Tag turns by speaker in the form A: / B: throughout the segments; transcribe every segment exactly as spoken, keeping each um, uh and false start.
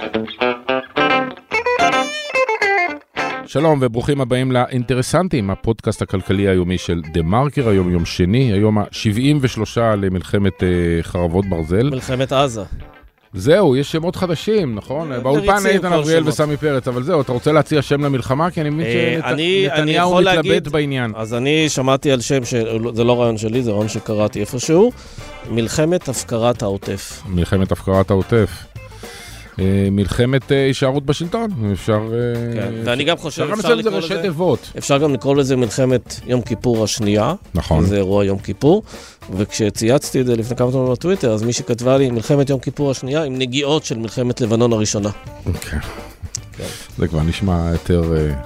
A: שלום וברוכים הבאים לאינטרסנטים, הפודקאסט הכלכלי היומי של דה מרקר, היום יום שני, היום ה-שבעים ושלושה למלחמת חרבות ברזל.
B: מלחמת עזה.
A: זהו, יש שמות חדשים, נכון? באולפן איתן אבריאל וסמי פרץ, אבל זהו, אתה רוצה להציע שם למלחמה? כי אני מבין שנתניהו מתלבט בעניין.
B: אז אני שמעתי על שם, זה לא רעיון שלי, זה רעיון שקראתי איפשהו, מלחמת הפקרת העוטף.
A: מלחמת הפקרת העוטף. מלחמת הישארות בשלטון, אפשר...
B: ואני גם חושב,
A: אפשר
B: גם לקרוא לזה מלחמת יום כיפור השנייה.
A: נכון.
B: זה אירוע יום כיפור, וכשצייצתי את זה לפני כמה זמן בטוויטר, אז מי שכתבה לי מלחמת יום כיפור השנייה, עם נגיעות של מלחמת לבנון הראשונה.
A: כן. זה כבר נשמע יותר...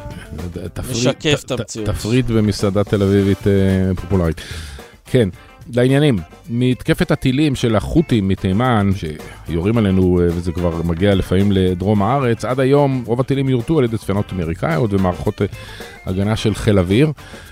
B: משקף את המציאות.
A: תפריט במסעדה תל אביבית פופולרית. כן. לעניינים, מתקפת הטילים של החות'ים מתימן, שיורים עלינו וזה כבר מגיע לפעמים לדרום הארץ, עד היום רוב הטילים יורטו על ידי ספינות אמריקאיות ומערכות הגנה של חיל אוויר,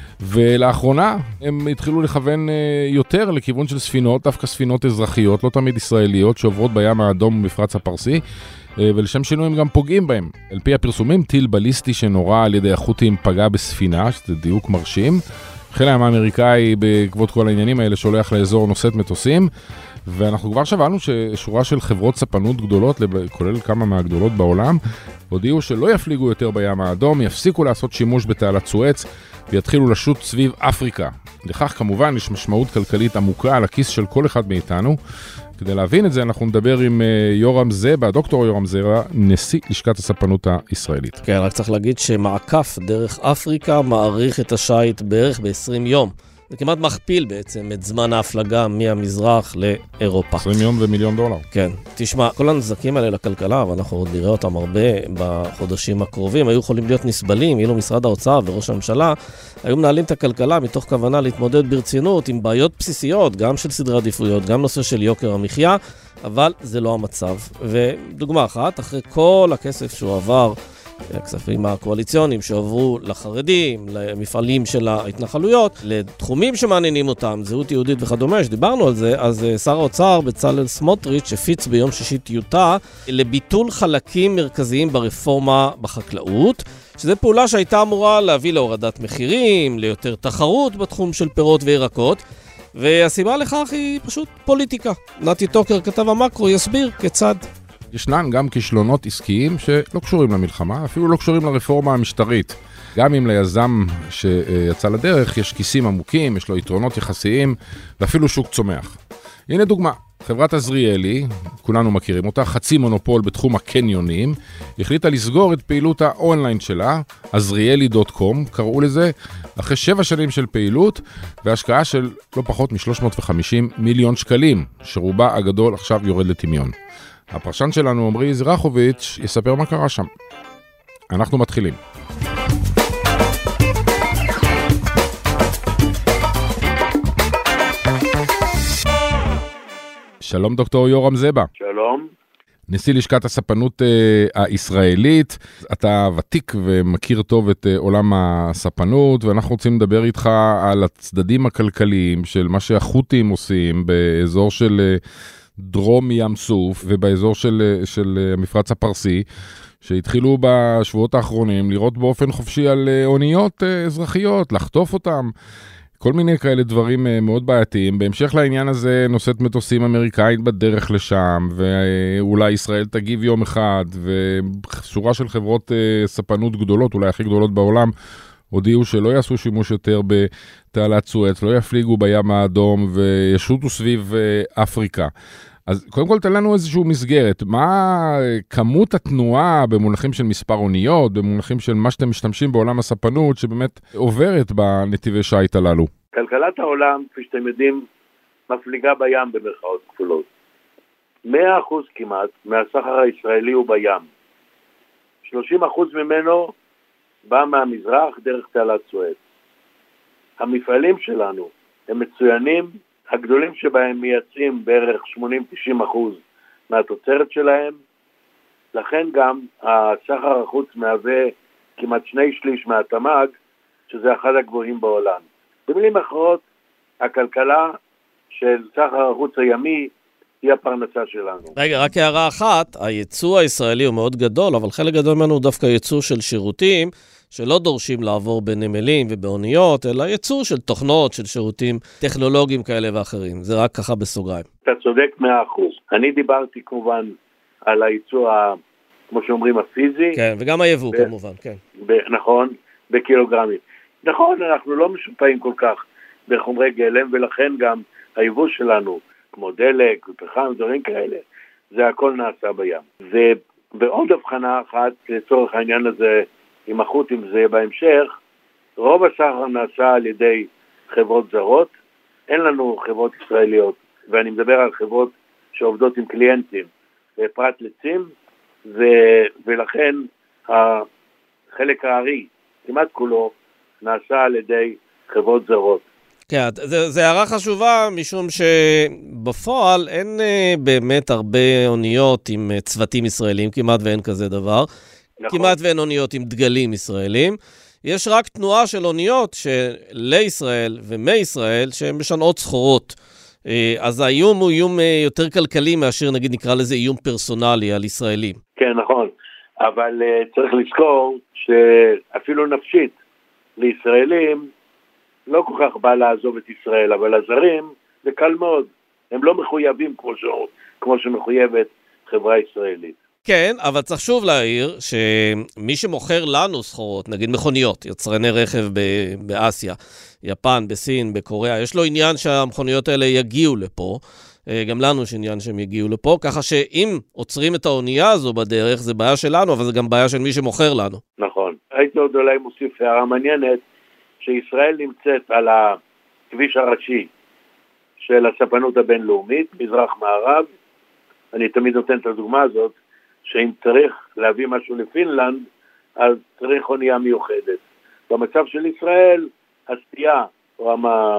A: ולאחרונה הם התחילו לכוון יותר לכיוון של ספינות, דווקא ספינות אזרחיות, לא תמיד ישראליות, שעוברות בים האדום ומפרץ הפרסי, ולשם שינוי הם גם פוגעים בהם. על פי הפרסומים, טיל בליסטי שנורה על ידי החות'ים פגע בספינה, שזה דיוק מרשים, חיל הים האמריקאי בעקבות כל העניינים האלה שולח לאזור נושאת מטוסים, ואנחנו כבר שבענו ששורה של חברות ספנות גדולות, כולל כמה מהגדולות בעולם, הודיעו שלא יפליגו יותר בים האדום, יפסיקו לעשות שימוש בתעלת סואץ, ויתחילו לשוט סביב אפריקה. לכך כמובן יש משמעות כלכלית עמוקה על הכיס של כל אחד מאיתנו. כדי להבין את זה אנחנו נדבר עם יורם זבה, דוקטור יורם זבה, נשיא לשכת הספנות הישראלית.
B: כן, רק צריך להגיד שמעקף דרך אפריקה מעריך את השייט בערך ב-עשרים יום. זה כמעט מכפיל בעצם את זמן ההפלגה מהמזרח לאירופה.
A: עשרים יום ומיליון דולר.
B: כן. תשמע, כל הנזקים האלה לכלכלה, ואנחנו עוד נראה אותם הרבה בחודשים הקרובים, היו יכולים להיות נסבלים, אילו משרד האוצר וראש הממשלה היו מנהלים את הכלכלה מתוך כוונה להתמודד ברצינות עם בעיות בסיסיות, גם של סדרי עדיפויות, גם נושא של יוקר המחיה, אבל זה לא המצב. ודוגמה אחת, אחרי כל הכסף שהוא עבר, הכספים הקואליציוניים שעברו לחרדים, למפעלים של ההתנחלויות, לתחומים שמעניינים אותם, זהות יהודית וכדומה, שדיברנו על זה, אז שר האוצר בצלאל סמוטריץ' הפיץ ביום שישי טיוטה לביטול חלקים מרכזיים ברפורמה בחקלאות, שזו פעולה שהייתה אמורה להביא להורדת מחירים, ליותר תחרות בתחום של פירות וירקות, והסיבה לכך היא פשוט פוליטיקה. נתי טוקר, כתב המקרו, יסביר כיצד.
A: ישנן גם כישלונות עסקיים שלא קשורים למלחמה, אפילו לא קשורים לרפורמה המשטרית. גם אם ליזם שיצא לדרך יש כיסים עמוקים, יש לו יתרונות יחסיים ואפילו שוק צומח. הנה דוגמה, חברת עזריאלי, כולנו מכירים אותה, חצי מונופול בתחום הקניונים, החליטה לסגור את פעילות האונליין שלה, עזריאלי דוט קום, קראו לזה, אחרי שבע שנים של פעילות והשקעה של לא פחות מ-שלוש מאות וחמישים מיליון שקלים, שרובה הגדול עכשיו יורד לטמיון. הפרשן שלנו, עמרי זרחוביץ', יספר מה קרה שם. אנחנו מתחילים. שלום דוקטור יורם זבה.
C: שלום.
A: נשיא לשכת הספנות uh, הישראלית. אתה ותיק ומכיר טוב את uh, עולם הספנות, ואנחנו רוצים לדבר איתך על הצדדים הכלכליים של מה שהחות'ים עושים באזור של... Uh, דרום ים סוף ובאזור של, של המפרץ הפרסי, שהתחילו בשבועות האחרונים לראות באופן חופשי על אוניות אזרחיות, לחטוף אותם, כל מיני כאלה דברים מאוד בעייתיים. בהמשך לעניין הזה נושאת מטוסים אמריקאית בדרך לשם, ואולי ישראל תגיב יום אחד, ושורה של חברות ספנות גדולות, אולי הכי גדולות בעולם, הודיעו שלא יעשו שימוש יותר בתעלת סואץ, לא יפליגו בים האדום וישוטו סביב אפריקה. אז קודם כל תן לנו איזשהו מסגרת, מה כמות התנועה במונחים של מספר אוניות, במונחים של מה שאתם משתמשים בעולם הספנות, שבאמת עוברת בנתיבי שייט הללו?
C: כלכלת העולם, כפי שאתם יודעים, מפליגה בים במרכאות כפולות. מאה אחוז כמעט מהסחר הישראלי הוא בים. שלושים אחוז ממנו בא מהמזרח דרך תעלת סואץ. המפעלים שלנו הם מצוינים, הגדולים שבהם מייצאים בערך שמונים עד תשעים אחוז מהתוצרת שלהם, לכן גם הסחר החוץ מהווה כמעט שני שליש מהתמ"ג, שזה אחד הגבוהים בעולם. במילים אחרות, הכלכלה של סחר החוץ הימי היא הפרנסה שלנו.
B: רגע, רק הערה אחת, הייצוא הישראלי הוא מאוד גדול, אבל חלק גדול ממנו הוא דווקא ייצוא של שירותים, שלא דורשים לעבור בנמלים ובאוניות, אלא ייצוא של תוכנות, של שירותים טכנולוגיים כאלה ואחרים. זה רק ככה בסוגריים.
C: אתה צודק מאה אחוז. אני דיברתי כמובן על הייצוא, כמו שאומרים, הפיזי.
B: כן, וגם היבוא ב- כמובן, כן.
C: ב- נכון, בקילוגרמים. נכון, אנחנו לא משופעים כל כך בחומרי גלם, ולכן גם היבוא שלנו, כמו דלק ופחם, דברים כאלה, זה הכל נעשה בים. ובעוד הבחנה אחת, לצורך העניין הזה, עם החות'ים זה בהמשך, רוב הסחר נעשה על ידי חברות זרות, אין לנו חברות ישראליות, ואני מדבר על חברות שעובדות עם קליינטים, פרט לצים, ו... ולכן החלק הארי, כמעט כולו, נעשה על ידי חברות זרות.
B: כן, זה, זה הערה חשובה, משום שבפועל אין uh, באמת הרבה אוניות עם uh, צוותים ישראלים, כמעט ואין כזה דבר. נכון. כמעט ואין אוניות עם דגלים ישראלים. יש רק תנועה של אוניות לישראל ומישראל שהן משנעות סחורות. אז האיום הוא איום יותר כלכלי מאשר, נגיד, נקרא לזה איום פרסונלי על ישראלים.
C: כן, נכון. אבל uh, צריך לזכור שאפילו נפשית לישראלים לא כל כך בא לעזוב את ישראל, אבל הזרים זה קל מאוד. הם לא מחויבים כמו, ש... כמו שמחויבת חברה ישראלית.
B: כן, אבל צריך שוב להעיר שמי שמוכר לנו סחורות, נגיד מכוניות, יצרני רכב ב- באסיה, יפן, בסין, בקוריאה, יש לו עניין שהמכוניות האלה יגיעו לפה, גם לנו יש עניין שהם יגיעו לפה, ככה שאם עוצרים את האונייה הזו בדרך, זה בעיה שלנו, אבל זה גם בעיה של מי שמוכר לנו.
C: נכון. הייתי עוד אולי מוסיף הערה מעניינת, שישראל נמצאת על הכביש הראשי של הספנות הבינלאומית, מזרח-מערב, אני תמיד נותן את הדוגמה הזאת, שאם צריך להביא משהו לפינלנד, אז צריך אונייה מיוחדת. במצב של ישראל, הסטייה או המה,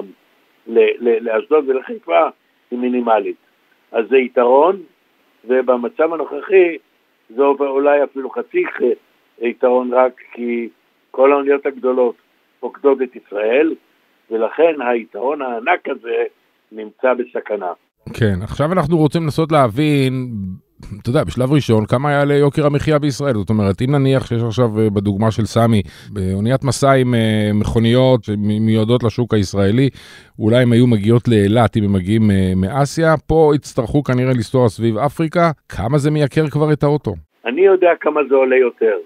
C: לאשדוד ולחיפה היא מינימלית. אז זה יתרון, ובמצב הנוכחי זה אולי אפילו חצי יתרון רק כי כל האוניות הגדולות פוקדות את ישראל, ולכן היתרון הענק הזה נמצא בסכנה.
A: כן, עכשיו אנחנו רוצים לנסות להבין, אתה יודע, בשלב ראשון, כמה היה ליוקר המחיה בישראל? זאת אומרת, אם נניח שיש עכשיו בדוגמה של סמי, באוניית מסע עם מכוניות שמיועדות לשוק הישראלי, אולי הם היו מגיעות לאילת אם הם מגיעים מאסיה, פה יצטרכו כנראה לנסוע סביב אפריקה, כמה זה מייקר כבר את האוטו?
C: אני יודע כמה זה עולה יותר.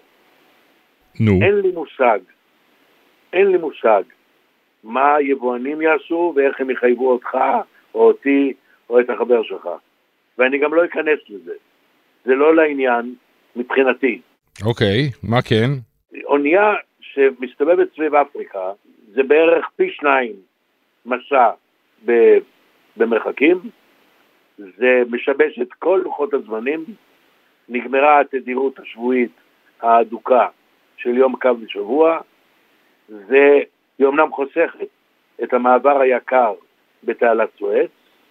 A: נו.
C: אין לי מושג, אין לי מושג מה היבואנים יעשו ואיך הם יחייבו אותך או אותי או את החבר שלך. ואני גם לא אכנס לזה. זה לא לעניין מבחינתי.
A: אוקיי, מה כן?
C: אונייה שמסתובבת סביב אפריקה, זה בערך פי שניים מסע במרחקים, זה משבש את כל לוחות הזמנים, נגמרה התדירות השבועית האדוקה של יום קו בשבוע, זה אומנם חוסכת את המעבר היקר בתעלת סואץ,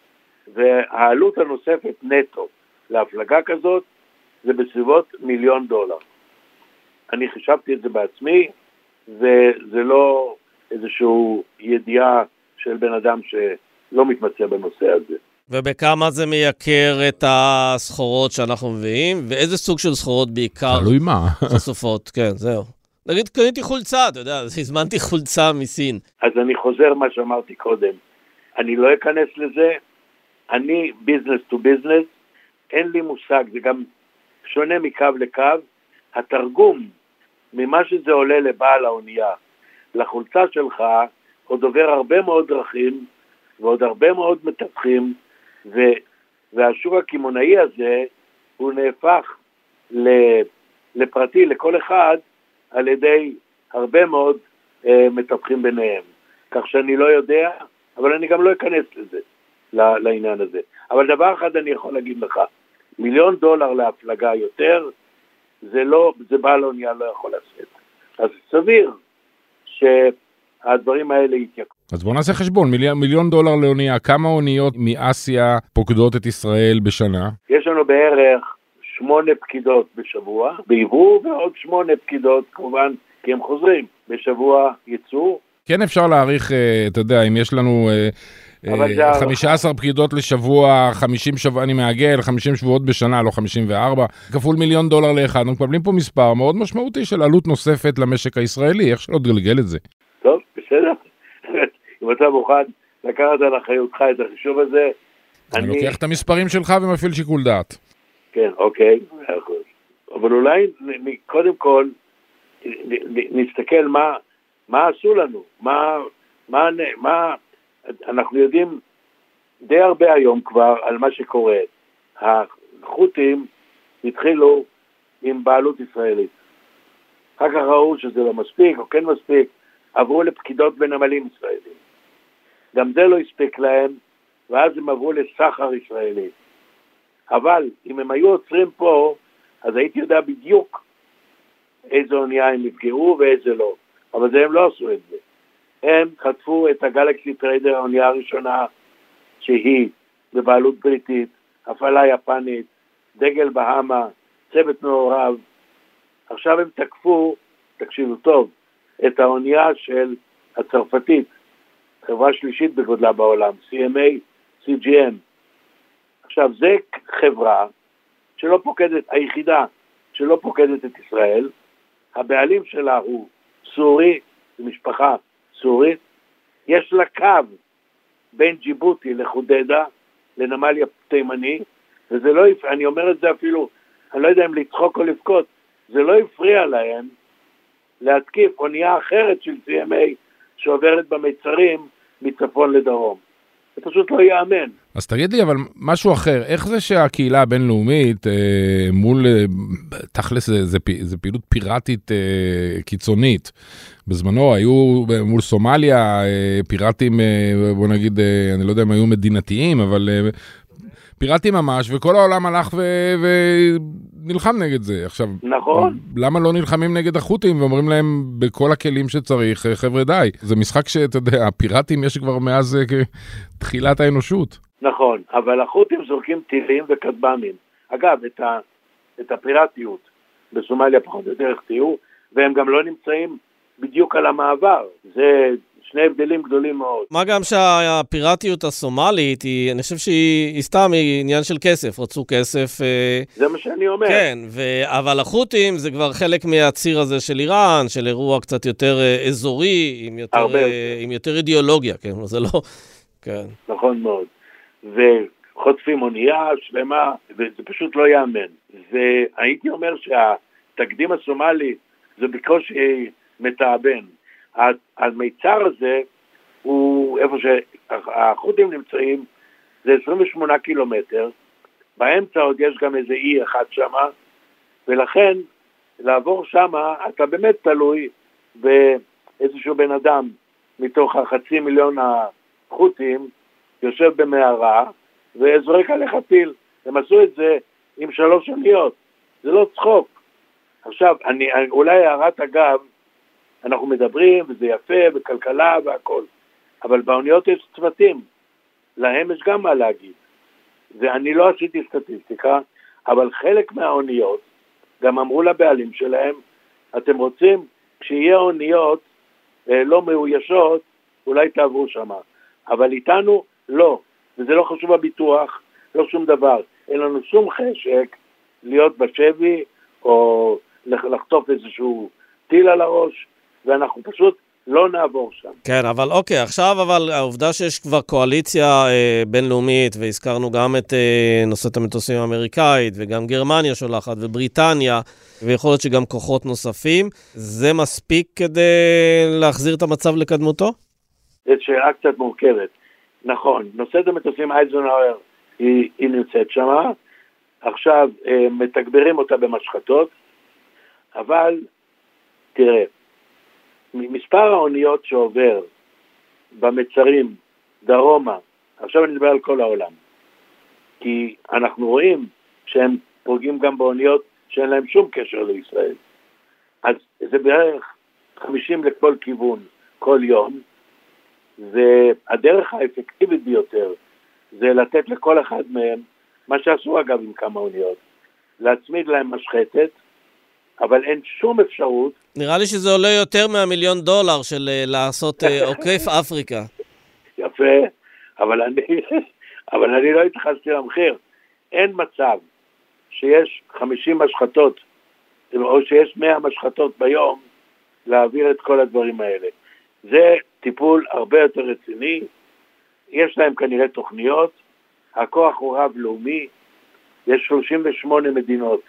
C: והעלות הנוספת נטו להפלגה כזאת זה בסביבות מיליון דולר. אני חישבתי את זה בעצמי, וזה לא איזשהו ידיעה של בן אדם שלא מתמצא בנושא הזה.
B: ובכמה זה מייקר את הסחורות שאנחנו מביאים, ואיזה סוג של סחורות בעיקר?
A: תלוי מה.
B: חשופות, כן, זהו. נגיד, קניתי חולצה, אתה יודע, הזמנתי חולצה מסין.
C: אז אני חוזר מה שאמרתי קודם. אני לא אכנס לזה, אני ביזנס טו ביזנס, אין לי מושג, זה גם שונה מקו לקו, התרגום ממה שזה עולה לבעל האונייה, לחולצה שלך, עוד עובר הרבה מאוד דרכים, ועוד הרבה מאוד מתווכים, ו- והשוק הכימונאי הזה, הוא נהפך לפרטי לכל אחד, על ידי הרבה מאוד אה, מתווכים ביניהם. כך שאני לא יודע, אבל אני גם לא אכנס לזה, לעניין הזה. אבל דבר אחד אני יכול להגיד לך, מיליון דולר להפלגה יותר, זה לא, זה בעל אונייה לא יכול לעשות. אז סביר שהדברים האלה יתייקרו.
A: אז בואו נעשה חשבון, מיליון, מיליון דולר לאונייה, כמה אוניות מאסיה פוקדות את ישראל בשנה?
C: יש לנו בערך שמונה פקידות בשבוע, ביבוא, ועוד שמונה פקידות כמובן, כי הם חוזרים בשבוע ייצור.
A: כן אפשר להעריך, אתה יודע, אם יש לנו חמישה עשר פקידות לשבוע, חמישים שבוע, אני מעגל, חמישים שבועות בשנה, לא חמישים וארבע, כפול מיליון דולר לאחד. אנחנו מקבלים פה מספר מאוד משמעותי של עלות נוספת למשק הישראלי, איך שלא תגלגל את זה.
C: טוב, בסדר. אם אתה מוכן לקחת על אחריותך את החישוב הזה,
A: אני לוקח את המספרים שלך ומפעיל שיקול דעת.
C: כן, אוקיי. אבל אולי קודם כל נסתכל מה מה עשו לנו, מה מה מה אנחנו יודעים די הרבה היום כבר על מה שקורה. החות'ים התחילו עם בעלות ישראלית. אחר כך ראו שזה לא מספיק או כן מספיק, עברו לפקידות בנמלים ישראלים. גם זה לא הספיק להם, ואז הם עברו לסחר ישראלי. אבל אם הם היו עוצרים פה, אז הייתי יודע בדיוק איזה אונייה הם נפגעו ואיזה לא. אבל זה הם לא עשו את זה. הם חטפו את הגלקסי טריידר, האונייה הראשונה, שהיא בבעלות בריטית, הפעלה יפנית, דגל בהמה, צוות מעורב. עכשיו הם תקפו, תקשיבו טוב, את האונייה של הצרפתית, חברה שלישית בגודלה בעולם, סי אם איי, סי ג'י אם. עכשיו, זה חברה שלא פוקדת, היחידה שלא פוקדת את ישראל, הבעלים שלה הוא סורי, זו משפחה סורית, יש לה קו בין ג'יבוטי לחודדה, לנמל תימני, וזה לא, אני אומר את זה אפילו, אני לא יודע אם לצחוק או לבכות, זה לא הפריע להם להתקיף אונייה אחרת של סי אם איי שעוברת במצרים מצפון לדרום. זה פשוט לא יאמן.
A: אז תגיד לי, אבל משהו אחר, איך זה שהקהילה הבינלאומית אה, מול, אה, תכלס זה, זה, זה פעילות פיראטית אה, קיצונית. בזמנו היו מול סומליה אה, פיראטים, אה, בוא נגיד, אה, אני לא יודע אם היו מדינתיים, אבל אה, פיראטים ממש, וכל העולם הלך ונלחם ו- נגד זה. עכשיו,
C: נכון.
A: למה לא נלחמים נגד החות'ים ואומרים להם בכל הכלים שצריך, חבר'ה די? זה משחק שאתה יודע, הפיראטים יש כבר מאז תחילת האנושות.
C: נכון, אבל החות'ים זורקים טילים וכטב"מים. אגב, את, ה- את הפיראטיות בסומליה פחות או יותר תיאור, והם גם לא נמצאים בדיוק על המעבר. זה שני הבדלים גדולים מאוד.
B: מה גם שהפיראטיות הסומלית, היא, אני חושב שהיא סתם עניין של כסף, רצו כסף.
C: זה מה שאני אומר.
B: כן, ו, אבל החות'ים זה כבר חלק מהציר הזה של איראן, של אירוע קצת יותר אזורי, עם יותר, עם יותר אידיאולוגיה, כן, זה לא... כן.
C: נכון מאוד. וחוטפים אונייה שלמה, וזה פשוט לא יאמן. והייתי אומר שהתקדים הסומלי זה בקושי מתאבן. המיצר הזה הוא איפה שהחות'ים נמצאים, זה עשרים ושמונה קילומטר, באמצע עוד יש גם איזה אי אחד שמה, ולכן לעבור שמה אתה באמת תלוי באיזשהו בן אדם מתוך החצי מיליון החות'ים יושב במערה וזורק עליך טיל. הם עשו את זה עם שלוש אוניות, זה לא צחוק. עכשיו, אני, אולי הערת אגב, אנחנו מדברים, וזה יפה, בכלכלה והכל. אבל באוניות יש צוותים. להם יש גם מה להגיד. ואני לא עשיתי סטטיסטיקה, אבל חלק מהאוניות, גם אמרו לבעלים שלהם, אתם רוצים, כשיהיה אוניות אה, לא מאוישות, אולי תעברו שמה. אבל איתנו, לא. וזה לא חשוב הביטוח, לא שום דבר. אין לנו שום חשק להיות בשבי, או לחטוף איזשהו טיל על הראש, ואנחנו פשוט לא נעבור שם.
B: כן, אבל אוקיי, עכשיו אבל העובדה שיש כבר קואליציה אה, בינלאומית, והזכרנו גם את אה, נושאת המטוסים האמריקאית, וגם גרמניה שולחת, ובריטניה, ויכול להיות שגם כוחות נוספים, זה מספיק כדי להחזיר את המצב לקדמותו?
C: זאת שאלה קצת מורכבת. נכון, נושאת המטוסים אייזנהאואר היא, היא נמצאת שמה, עכשיו אה, מתגברים אותה במשחטות, אבל תראה, מספר האוניות שעובר במצרים דרומה, עכשיו אני מדבר על כל העולם, כי אנחנו רואים שהם פוגעים גם באוניות שאין להם שום קשר לישראל. אז זה בערך חמישים לכל כיוון כל יום, והדרך האפקטיבית ביותר זה לתת לכל אחד מהם, מה שעשו אגב עם כמה אוניות, להצמיד להם משחטת, אבל אין שום אפשרות.
B: נראה לי שזה עולה יותר מהמיליון דולר של לעשות עוקף אפריקה.
C: יפה, אבל אני, אבל אני לא התייחסתי למחיר. אין מצב שיש חמישים משחטות, או שיש מאה משחטות ביום, להעביר את כל הדברים האלה. זה טיפול הרבה יותר רציני, יש להם כנראה תוכניות, הכוח הוא רב-לאומי, יש שלושים ושמונה מדינות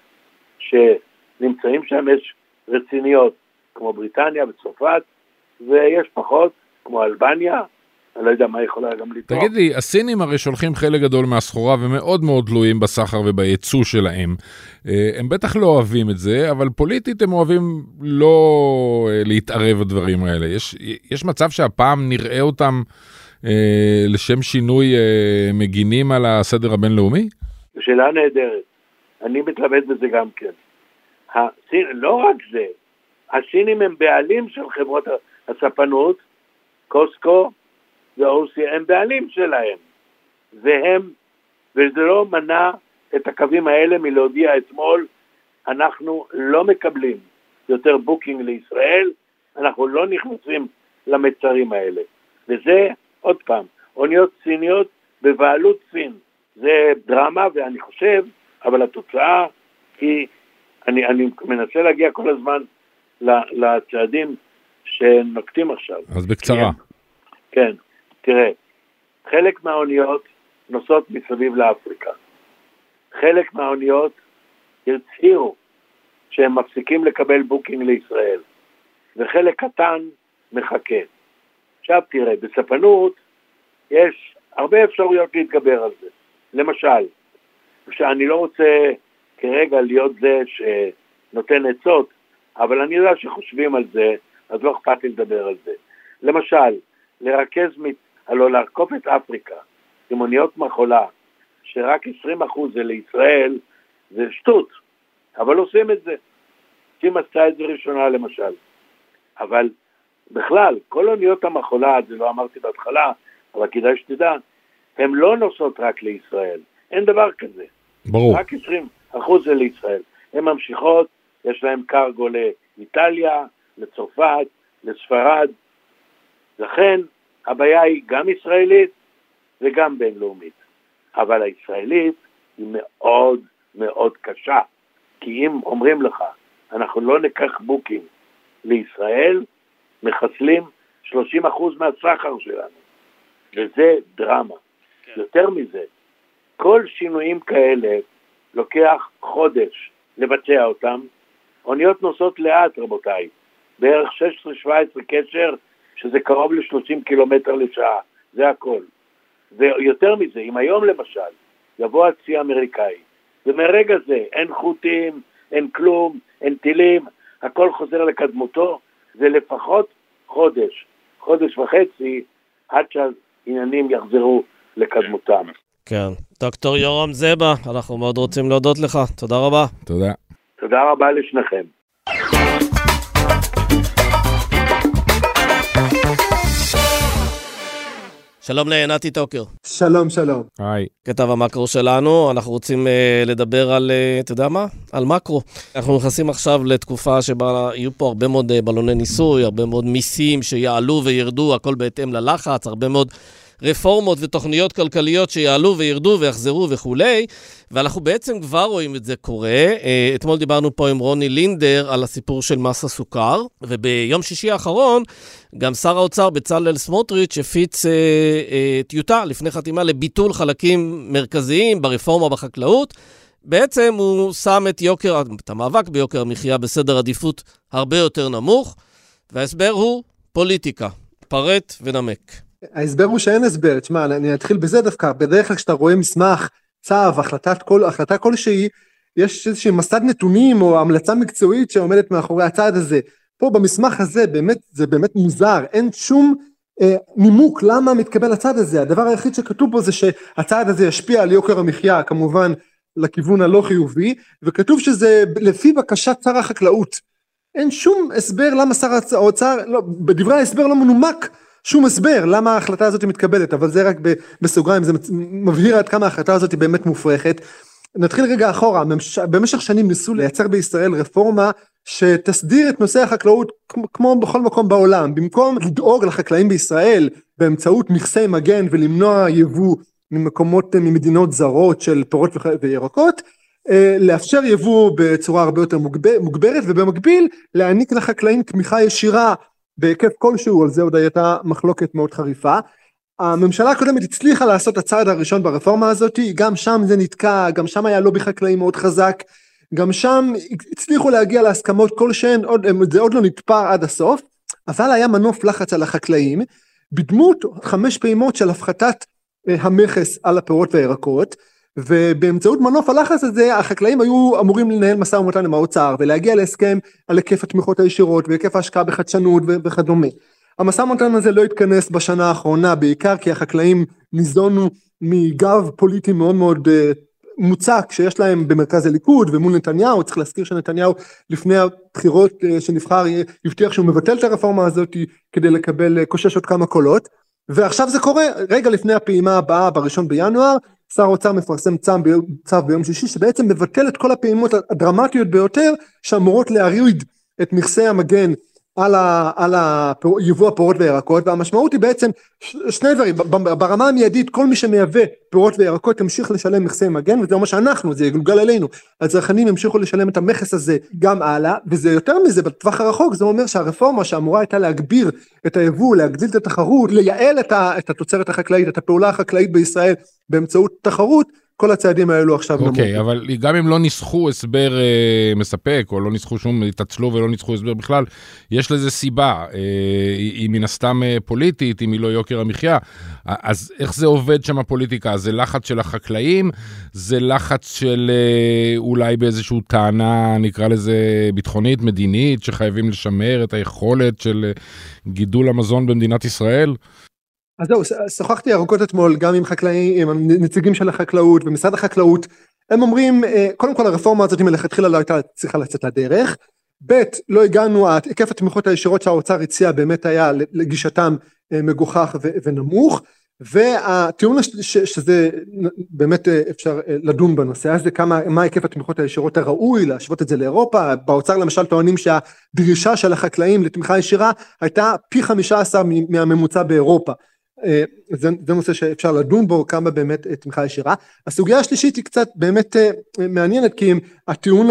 C: שנמצאים שם, יש רציניות כמו בריטניה וצרפת, ויש פחות כמו אלבניה, אני לא יודע מה יכולה גם לתרום.
A: תגיד לי, הסינים הרי שולחים חלק גדול מהסחורה ומאוד מאוד תלויים בסחר ובייצוא שלהם. הם בטח לא אוהבים את זה, אבל פוליטית הם אוהבים לא להתערב בדברים האלה. יש, יש מצב שהפעם נראה אותם אה, לשם שינוי אה, מגינים על הסדר הבינלאומי?
C: שאלה נהדרת. אני מתלבט בזה גם כן. הסין, לא רק זה, הסינים הם בעלים של חברות הספנות, קוסקו ואו-סי, הם בעלים שלהם. והם, וזה לא מנע את הקווים האלה מלהודיע אתמול, אנחנו לא מקבלים יותר בוקינג לישראל, אנחנו לא נכנסים למצרים האלה. וזה, עוד פעם, אוניות סיניות בבעלות סין. זה דרמה, ואני חושב, אבל התוצאה היא, אני, אני מנסה להגיע כל הזמן לצעדים שנוקטים עכשיו.
A: אז בקצרה.
C: כן, כן, תראה, חלק מהאוניות נוסעות מסביב לאפריקה. חלק מהאוניות הצהירו שהם מפסיקים לקבל בוקינג לישראל, וחלק קטן מחכה. עכשיו תראה, בספנות יש הרבה אפשרויות להתגבר על זה. למשל, שאני לא רוצה כרגע להיות זה שנותן עצות, אבל אני יודע שחושבים על זה, אז לא אכפת לי לדבר על זה. למשל, לרכז, הלוא להרכוף את אפריקה, עם אוניות מחולה, שרק עשרים אחוז זה לישראל, זה שטות, אבל עושים את זה. סין עשתה את זה ראשונה למשל. אבל בכלל, כל אוניות המחולה, זה לא אמרתי בהתחלה, אבל כדאי שתדע, הן לא נוסעות רק לישראל. אין דבר כזה.
A: ברור.
C: רק עשרים אחוז זה לישראל. הן ממשיכות, יש להן קרגו לאיטליה, לצרפת, לספרד. לכן, הבעיה היא גם ישראלית וגם בינלאומית. אבל הישראלית היא מאוד מאוד קשה. כי אם אומרים לך, אנחנו לא ניקח בוקינג לישראל, מחסלים שלושים אחוז מהסחר שלנו. וזה דרמה. כן. יותר מזה, כל שינויים כאלה לוקח חודש לבצע אותם. אוניות נוסעות לאט, רבותיי. בערך שש עשרה שבע עשרה קשר, שזה קרוב ל-שלושים קילומטר לשעה. זה הכל. ויותר מזה, אם היום למשל יבוא הצי האמריקאי, ומרגע זה אין חוטים, אין כלום, אין טילים, הכל חוזר לקדמותו, זה לפחות חודש, חודש וחצי, עד שהעניינים יחזרו לקדמותם.
B: כן. דוקטור יורם זבה, אנחנו מאוד רוצים להודות לך. תודה רבה.
A: תודה.
C: תודה רבה לשניכם.
B: שלום לנתי טוקר.
D: שלום, שלום.
A: היי.
B: כתב המקרו שלנו, אנחנו רוצים uh, לדבר על, uh, אתה יודע מה? על מקרו. אנחנו נכנסים עכשיו לתקופה שבה יהיו פה הרבה מאוד uh, בלוני ניסוי, הרבה מאוד מיסים שיעלו וירדו, הכל בהתאם ללחץ, הרבה מאוד רפורמות ותוכניות כלכליות שיעלו וירדו ויחזרו וכולי, ואנחנו בעצם כבר רואים את זה קורה. אתמול דיברנו פה עם רוני לינדר על הסיפור של מס הסוכר, וביום שישי האחרון גם שר האוצר בצלאל סמוטריץ' הפיץ אה, אה, טיוטה לפני חתימה לביטול חלקים מרכזיים ברפורמה בחקלאות. בעצם הוא שם את יוקר, את המאבק ביוקר המחיה בסדר עדיפות הרבה יותר נמוך, וההסבר הוא פוליטיקה. פרט ונמק.
D: ההסבר הוא שאין הסבר, תשמע, אני אתחיל בזה דווקא, בדרך כלל כשאתה רואה מסמך, צו, החלטת כל, החלטה כלשהי, יש איזושהי מסד נתונים או המלצה מקצועית שעומדת מאחורי הצעד הזה. פה במסמך הזה, באמת, זה באמת מוזר, אין שום אה, נימוק למה מתקבל הצעד הזה. הדבר היחיד שכתוב פה זה שהצעד הזה ישפיע על יוקר המחיה, כמובן לכיוון הלא חיובי, וכתוב שזה לפי בקשת שר החקלאות. אין שום הסבר למה שר האוצר, לא, בדברי ההסבר לא מנומק, שום הסבר למה ההחלטה הזאת מתקבלת, אבל זה רק בסוגריים, זה מבהיר עד כמה ההחלטה הזאת באמת מופרכת. נתחיל רגע אחורה, במשך שנים ניסו לייצר בישראל רפורמה שתסדיר את נושא החקלאות כמו בכל מקום בעולם, במקום לדאוג לחקלאים בישראל באמצעות מכסי מגן ולמנוע יבוא ממקומות, ממדינות זרות של פירות וירקות, לאפשר יבוא בצורה הרבה יותר מוגברת, ובמקביל להעניק לחקלאים תמיכה ישירה בהיקף כלשהו. על זה עוד הייתה מחלוקת מאוד חריפה. הממשלה הקודמת הצליחה לעשות הצעד הראשון ברפורמה הזאת, גם שם זה נתקע, גם שם היה לובי חקלאי מאוד חזק, גם שם הצליחו להגיע להסכמות כלשהן, עוד, זה עוד לא נתפר עד הסוף, אבל היה מנוף לחץ על החקלאים, בדמות חמש פעימות של הפחתת המכס על הפירות והירקות, ובאמצעות מנוף הלחץ הזה, החקלאים היו אמורים לנהל משא ומתן עם האוצר, ולהגיע להסכם על היקף התמיכות הישירות, והיקף ההשקעה בחדשנות וכדומה. המשא ומתן הזה לא התכנס בשנה האחרונה, בעיקר כי החקלאים ניזונו מגב פוליטי מאוד מאוד מוצק, שיש להם במרכז הליכוד ומול נתניהו. צריך להזכיר שנתניהו לפני הבחירות שנבחר, הבטיח שהוא מבטל את הרפורמה הזאת, כדי לקבל קושש עוד כמה קולות, ועכשיו זה קורה, רגע לפני הפעימה הבאה, בראשון בינואר, שר האוצר מפרסם צו ביום, צו ביום שישי, שבעצם מבטל את כל הפעימות הדרמטיות ביותר, שאמורות להוריד את מכסי המגן על, ה, על היבוא הפירות וירקות, והמשמעות היא בעצם שני דברים. ברמה המיידית, כל מי שמייבא פירות וירקות ימשיך לשלם מכסי מגן, וזה אומר שאנחנו, זה יגולגל עלינו, הצרכנים ימשיכו לשלם את המכס הזה גם הלאה, וזה יותר מזה, בטווח הרחוק זה אומר שהרפורמה שאמורה הייתה להגביר את היבוא, להגדיל את התחרות, לייעל את, ה, את התוצרת החקלאית, את הפעולה החקלאית בישראל באמצעות תחרות, כל הצעדים האלו עכשיו נמוך.
A: אוקיי, אבל גם אם לא ניסחו הסבר אה, מספק, או לא ניסחו שום, התעצלו ולא ניסחו הסבר בכלל, יש לזה סיבה, אה, היא מן הסתם אה, פוליטית, אם היא לא יוקר המחיה, אז איך זה עובד שם הפוליטיקה? זה לחץ של החקלאים, זה לחץ של אה, אולי באיזשהו טענה, נקרא לזה ביטחונית, מדינית, שחייבים לשמר את היכולת של אה, גידול המזון במדינת ישראל?
D: אז זהו, שוחחתי ארוכות אתמול גם עם חקלאים, עם נציגים של החקלאות ומשרד החקלאות. הם אומרים, קודם כל הרפורמה הזאת מלכתחילה לא הייתה צריכה לצאת לדרך, ב' לא הגענו, היקף התמיכות הישירות שהאוצר הציע באמת היה לגישתם מגוחך ונמוך, והטיעון שזה באמת אפשר לדון בנושא הזה, כמה, מה היקף התמיכות הישירות הראוי, להשוות את זה לאירופה. באוצר למשל טוענים שהדרישה של החקלאים לתמיכה ישירה הייתה פי חמישה עשר מהממוצע באירופה. זה, זה נושא שאפשר לדון בו, כמה באמת תמיכה ישירה. הסוגיה השלישית היא קצת באמת מעניינת, כי הטיעון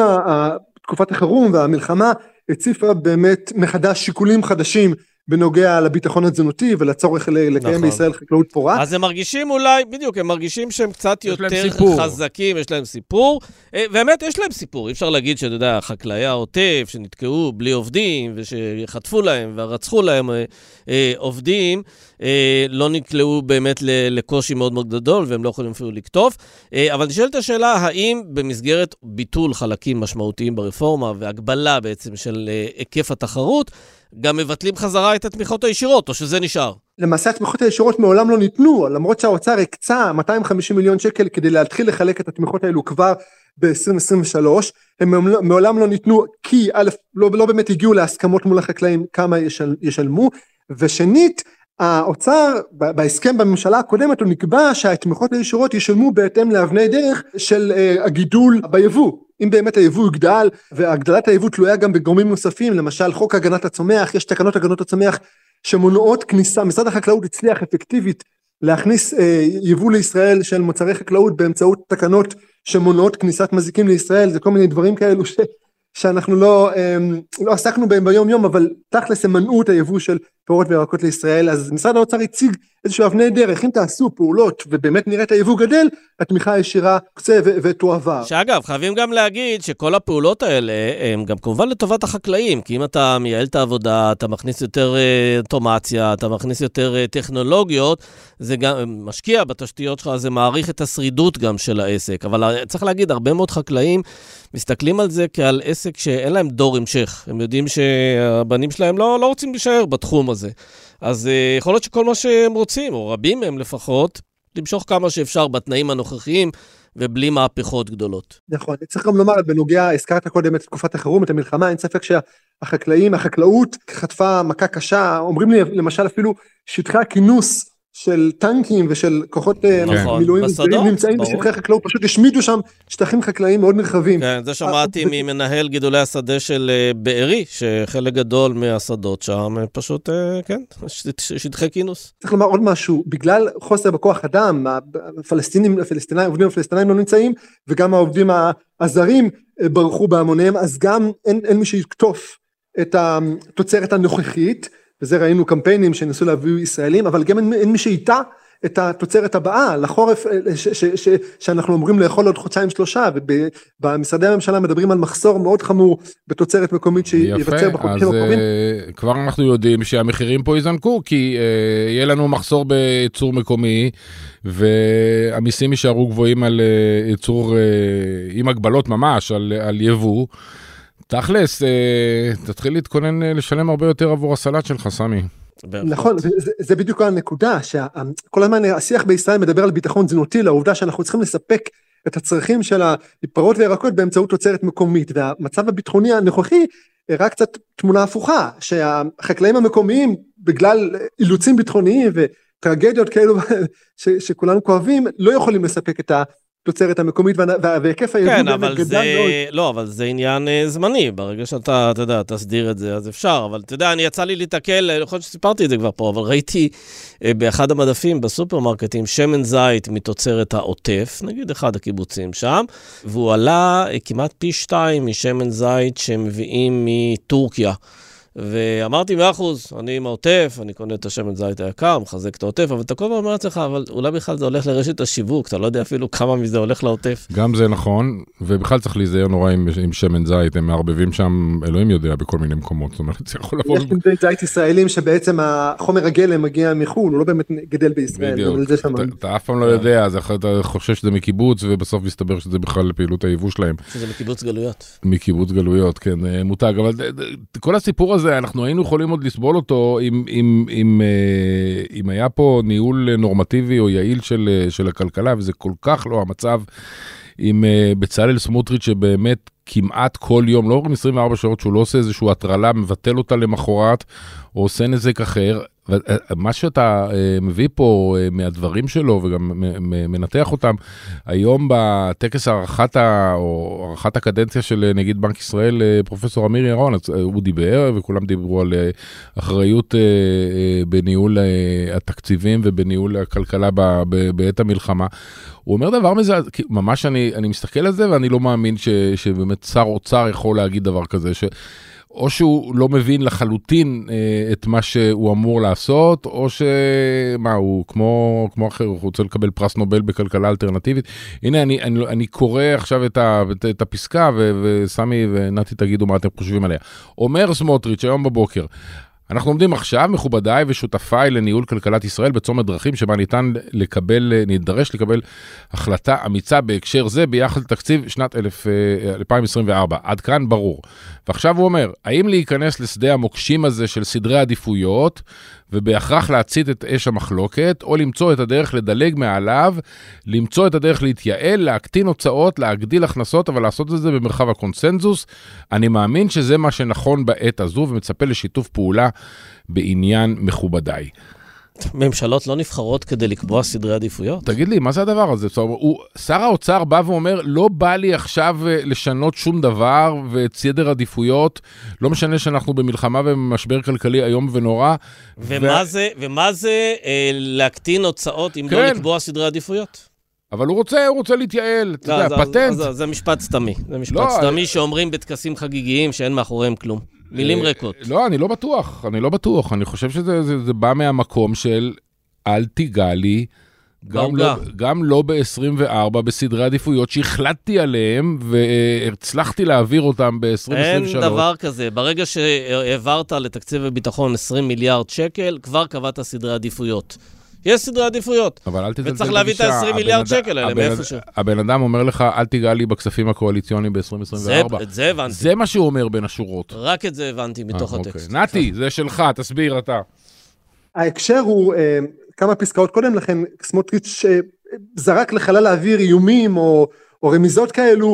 D: תקופת החירום והמלחמה הציפה באמת מחדש שיקולים חדשים בנוגע לביטחון התזונתי ולצורך לקיים נכון. בישראל חקלאות פורה.
B: אז הם מרגישים אולי, בדיוק, הם מרגישים שהם קצת יותר חזקים, יש להם סיפור, ובאמת יש להם סיפור. אי אפשר להגיד שאתה יודע, חקלאי העוטף שנתקעו בלי עובדים ושחטפו להם ורצחו להם אה, עובדים, אה, לא נקלעו באמת לקושי מאוד מאוד גדול והם לא יכולים אפילו לקטוף. אה, אבל נשאלת השאלה, האם במסגרת ביטול חלקים משמעותיים ברפורמה והגבלה בעצם של אה, היקף התחרות, גם מבטלים חזרה את התמיכות הישירות, או שזה נשאר?
D: למעשה התמיכות הישירות מעולם לא ניתנו, למרות שהאוצר הקצה מאתיים וחמישים מיליון שקל כדי להתחיל לחלק את התמיכות האלו כבר ב-עשרים עשרים ושלוש, הם מעולם לא ניתנו, כי א', לא, לא באמת הגיעו להסכמות מול החקלאים כמה ישל, ישלמו, ושנית, האוצר, בהסכם בממשלה הקודמת, הוא נקבע שהתמיכות הישירות ישלמו בהתאם לאבני דרך של uh, הגידול ביבוא. אם באמת היבוא יגדל, והגדלת היבוא תלויה גם בגורמים נוספים, למשל חוק הגנת הצומח, יש תקנות הגנות הצומח שמונעות כניסה, משרד החקלאות הצליח אפקטיבית להכניס אה, יבוא לישראל של מוצרי חקלאות באמצעות תקנות שמונעות כניסת מזיקים לישראל, זה כל מיני דברים כאלו ש, שאנחנו לא, אה, לא עסקנו בהם ביום יום, אבל תכלס הם מנעו את היבוא של פירות וירקות לישראל. אז משרד האוצר הציג איזשהו אבני דרך, אם תעשו פעולות ובאמת נראה את היבוא גדל, התמיכה הישירה קצה ותועבר.
B: שאגב, חייבים גם להגיד שכל הפעולות האלה הם גם כמובן לטובת החקלאים, כי אם אתה מייעל את העבודה, אתה מכניס יותר אוטומציה, אתה מכניס יותר טכנולוגיות, זה גם משקיע בתשתיות שלך, זה מעריך את השרידות גם של העסק. אבל צריך להגיד, הרבה מאוד חקלאים מסתכלים על זה כעל עסק שאין להם דור המשך. הם יודעים שהבנים שלהם לא, לא רוצים להישאר בתחום הזה. אז uh, יכול להיות שכל מה שהם רוצים, או רבים מהם לפחות, למשוך כמה שאפשר בתנאים הנוכחיים, ובלי מהפכות גדולות.
D: נכון, צריך גם לומר, בנוגע, הזכרת קודם את תקופת החירום, את המלחמה, אין ספק שהחקלאים, החקלאות חטפה מכה קשה, אומרים לי למשל אפילו שטחי הכינוס של טנקים ושל כוחות
B: נכון,
D: מילואים
B: בשדות,
D: נמצאים
B: ברור.
D: בשטחי חקלאות, פשוט השמידו שם שטחים חקלאיים מאוד נרחבים.
B: כן, זה שמעתי ממנהל גידולי השדה של אה, בארי, שחלק גדול מהשדות שם אה, פשוט, אה, כן, שט- שטחי כינוס.
D: צריך לומר עוד משהו, בגלל חוסר בכוח אדם, הפלסטינים, הפלסטינאים, העובדים הפלסטינאים לא נמצאים, וגם העובדים הזרים אה, ברחו בהמוניהם, אז גם אין, אין מי שיקטוף את התוצרת הנוכחית, וזה ראינו קמפיינים שניסו להביא ישראלים, אבל גם אין, אין מי שאיתה את התוצרת הבאה, לחורף ש, ש, ש, שאנחנו אומרים לאכול עוד חודשיים שלושה, ובמשרדי הממשלה מדברים על מחסור מאוד חמור בתוצרת מקומית שיווצר בחודשים הקרובים.
A: אז כבר אנחנו יודעים שהמחירים פה יזנקו, כי uh, יהיה לנו מחסור בייצור מקומי, והמיסים יישארו גבוהים על uh, ייצור, uh, עם הגבלות ממש, על, על יבוא. תכלס, תתחיל להתכונן לשלם הרבה יותר עבור הסלט שלך, סמי.
D: נכון, זה, זה בדיוק הנקודה, שכל הזמן השיח בישראל מדבר על ביטחון תזונתי, לעובדה שאנחנו צריכים לספק את הצרכים של הפירות וירקות באמצעות תוצרת מקומית, והמצב הביטחוני הנוכחי הראה קצת תמונה הפוכה, שהחקלאים המקומיים, בגלל אילוצים ביטחוניים וטרגדיות כאלו ש, שכולנו כואבים, לא יכולים לספק את ה... תוצרת המקומית והיקף היבוא
B: כן,
D: באמת גדל
B: זה,
D: מאוד.
B: לא, אבל זה עניין זמני, ברגע שאתה, אתה יודע, תסדיר את זה, אז אפשר, אבל אתה יודע, אני יצא לי להתקל, אני חושב שסיפרתי את זה כבר פה, אבל ראיתי באחד המדפים בסופרמרקטים, שמן זית מתוצרת העוטף, נגיד אחד הקיבוצים שם, והוא עלה כמעט פי שתיים משמן זית שמביאים מטורקיה. ואמרתי מאה אחוז, אני עם העוטף, אני קונה את השמן זית היקר, מחזק את העוטף, אבל אתה כל פעם אומר לעצמך, אבל אולי בכלל זה הולך לרשת השיווק, אתה לא יודע אפילו כמה מזה הולך לעוטף.
A: גם זה נכון, ובכלל צריך להיזהר נורא עם, עם שמן זית, הם מערבבים שם, אלוהים יודע, בכל מיני מקומות, זאת אומרת, זה יכול לבוא...
D: יש שמן זית ישראלים שבעצם החומר הגלם מגיע מחול, הוא לא באמת גדל בישראל.
A: בדיוק, אתה, אתה אף פעם לא יודע, אז אתה חושב שזה מקיבוץ, ובסוף מסתבר שזה בכלל לפעילות היבוא שלהם.
B: שזה מקיבוץ גלויות.
A: מקיבוץ גלויות, כן, מותג, אבל כל הסיפור הזה, אנחנו היינו יכולים עוד לסבול אותו אם, אם, אם, אם היה פה ניהול נורמטיבי או יעיל של, של הכלכלה, וזה כל כך לא המצב עם בצלאל סמוטריץ' שבאמת כמעט כל יום, לא אומרים עשרים וארבע שעות שהוא לא עושה איזשהו הטרלה, מבטל אותה למחרת, או עושה נזק אחר. מה שאתה מביא פה מהדברים שלו, וגם מנתח אותם, היום בטקס הערכת, או הערכת הקדנציה של נגיד בנק ישראל, פרופסור אמיר ירון, הוא דיבר, וכולם דיברו על אחריות בניהול התקציבים, ובניהול הכלכלה בעת המלחמה. הוא אומר דבר מזה, ממש אני, אני מסתכל על זה, ואני לא מאמין ש, שבאמת שר אוצר יכול להגיד דבר כזה, ש... או שהוא לא מבין לחלוטין אה, את מה שהוא אמור לעשות, או שמה, הוא כמו, כמו אחר, הוא רוצה לקבל פרס נובל בכלכלה אלטרנטיבית. הנה, אני, אני, אני קורא עכשיו את, ה, את, את הפסקה, ו, וסמי ונתי תגידו מה אתם חושבים עליה. אומר סמוטריץ' היום בבוקר, אנחנו עומדים עכשיו, מכובדיי ושותפיי לניהול כלכלת ישראל בצומת דרכים שבה ניתן לקבל, נדרש לקבל החלטה אמיצה בהקשר זה ביחד לתקציב שנת אלפיים עשרים וארבע. עד כאן ברור. ועכשיו הוא אומר, האם להיכנס לשדה המוקשים הזה של סדרי עדיפויות, ובהכרח להצית את אש המחלוקת, או למצוא את הדרך לדלג מעליו, למצוא את הדרך להתייעל, להקטין הוצאות, להגדיל הכנסות, אבל לעשות את זה במרחב הקונסנזוס. אני מאמין שזה מה שנכון בעת הזו, ומצפה לשיתוף פעולה בעניין מכובדיי.
B: ממשלות לא נבחרות כדי לקבוע סדרי עדיפויות?
A: תגיד לי, מה זה הדבר הזה? הוא, שר האוצר בא ואומר, לא בא לי עכשיו לשנות שום דבר, ואת סדר עדיפויות, לא משנה שאנחנו במלחמה ובמשבר כלכלי היום ונורא.
B: ומה ו... זה, ומה זה אה, להקטין הוצאות אם כן. לא לקבוע סדרי עדיפויות?
A: אבל הוא רוצה, הוא רוצה להתייעל, אתה יודע, פטנט.
B: זה, זה משפט סתמי, זה משפט לא, סתמי שאומרים בטקסים חגיגיים שאין מאחוריהם כלום. מילים ריקות.
A: לא, אני לא בטוח, אני לא בטוח. אני חושב שזה זה, זה בא מהמקום של אל תיגע לי, גם לא, גם לא ב-עשרים וארבע, בסדרי עדיפויות שהחלטתי עליהם, והצלחתי להעביר אותם ב-עשרים עשרים ושלוש.
B: אין דבר כזה. ברגע שהעברת לתקציב הביטחון עשרים מיליארד שקל, כבר קבעת סדרי עדיפויות. יש סדרי עדיפויות.
A: אבל אל תזלזל
B: וצריך להביא את ה-עשרים מיליארד שקל האלה, מאיפשהו.
A: הבן אדם אומר לך, אל תיגע לי בכספים הקואליציוניים ב-עשרים עשרים וארבע.
B: את זה הבנתי.
A: זה מה שהוא אומר בין השורות.
B: רק את זה הבנתי מתוך הטקסט.
A: נתי, זה שלך, תסביר אתה.
D: ההקשר הוא, כמה פסקאות קודם לכן, סמוטריץ' זרק לחלל האוויר איומים או רמיזות כאלו,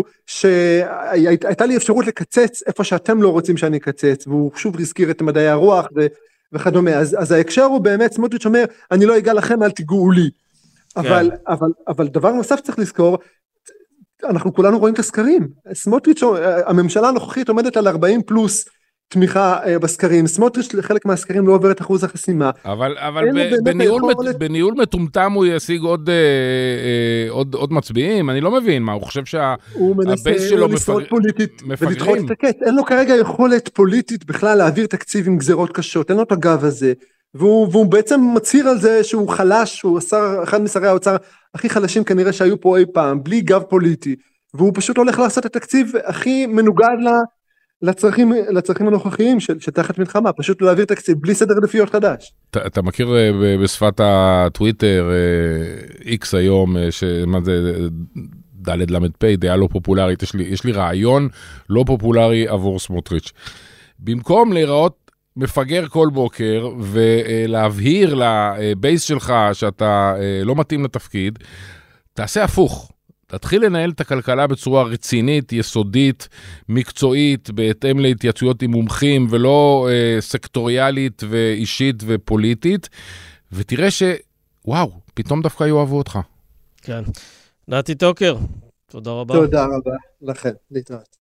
D: שהייתה לי אפשרות לקצץ איפה שאתם לא רוצים שאני אקצץ, והוא שוב הזכיר את מדעי הרוח, וכדומה, אז, אז ההקשר הוא באמת, סמוטריץ' אומר, אני לא אגע לכם, אל תיגעו לי, אבל, כן. אבל, אבל דבר נוסף צריך לזכור, אנחנו כולנו רואים את הסקרים, סמוטריץ', הממשלה הנוכחית עומדת על ארבעים פלוס תמיכה בסקרים, סמוטריץ' לחלק מהסקרים לא עובר את אחוז החסימה.
A: אבל, אבל ב, בניהול, יכולת... בניהול מטומטם הוא ישיג עוד, אה, עוד, עוד מצביעים, אני לא מבין מה, הוא חושב שהבייס שלו מפג...
D: פוליטית
A: מפגרים.
D: אין לו כרגע יכולת פוליטית בכלל להעביר תקציב עם גזרות קשות, אין לו את הגב הזה, והוא, והוא בעצם מצהיר על זה שהוא חלש, הוא השר, אחד משרי האוצר הכי חלשים כנראה שהיו פה אי פעם, בלי גב פוליטי, והוא פשוט הולך לעשות את התקציב הכי מנוגד לה, לצרכים, לצרכים הנוכחיים של, שתחת מלחמה, פשוט להעביר תקציב בלי סדר עדיפויות חדש.
A: אתה, אתה מכיר בשפת הטוויטר, איקס היום, שמה זה, ד' למד פי, דעה לא פופולרית, יש לי, יש לי רעיון לא פופולרי עבור סמוטריץ'. במקום להיראות מפגר כל בוקר, ולהבהיר לבייס שלך שאתה לא מתאים לתפקיד, תעשה הפוך. תתחיל לנהל את הכלכלה בצורה רצינית, יסודית, מקצועית, בהתאם להתייעצויות עם מומחים, ולא אה, סקטוריאלית ואישית ופוליטית, ותראה שוואו, פתאום דווקא יאהבו אותך.
B: כן. נתי טוקר, תודה רבה.
D: תודה רבה לכם, להתראות.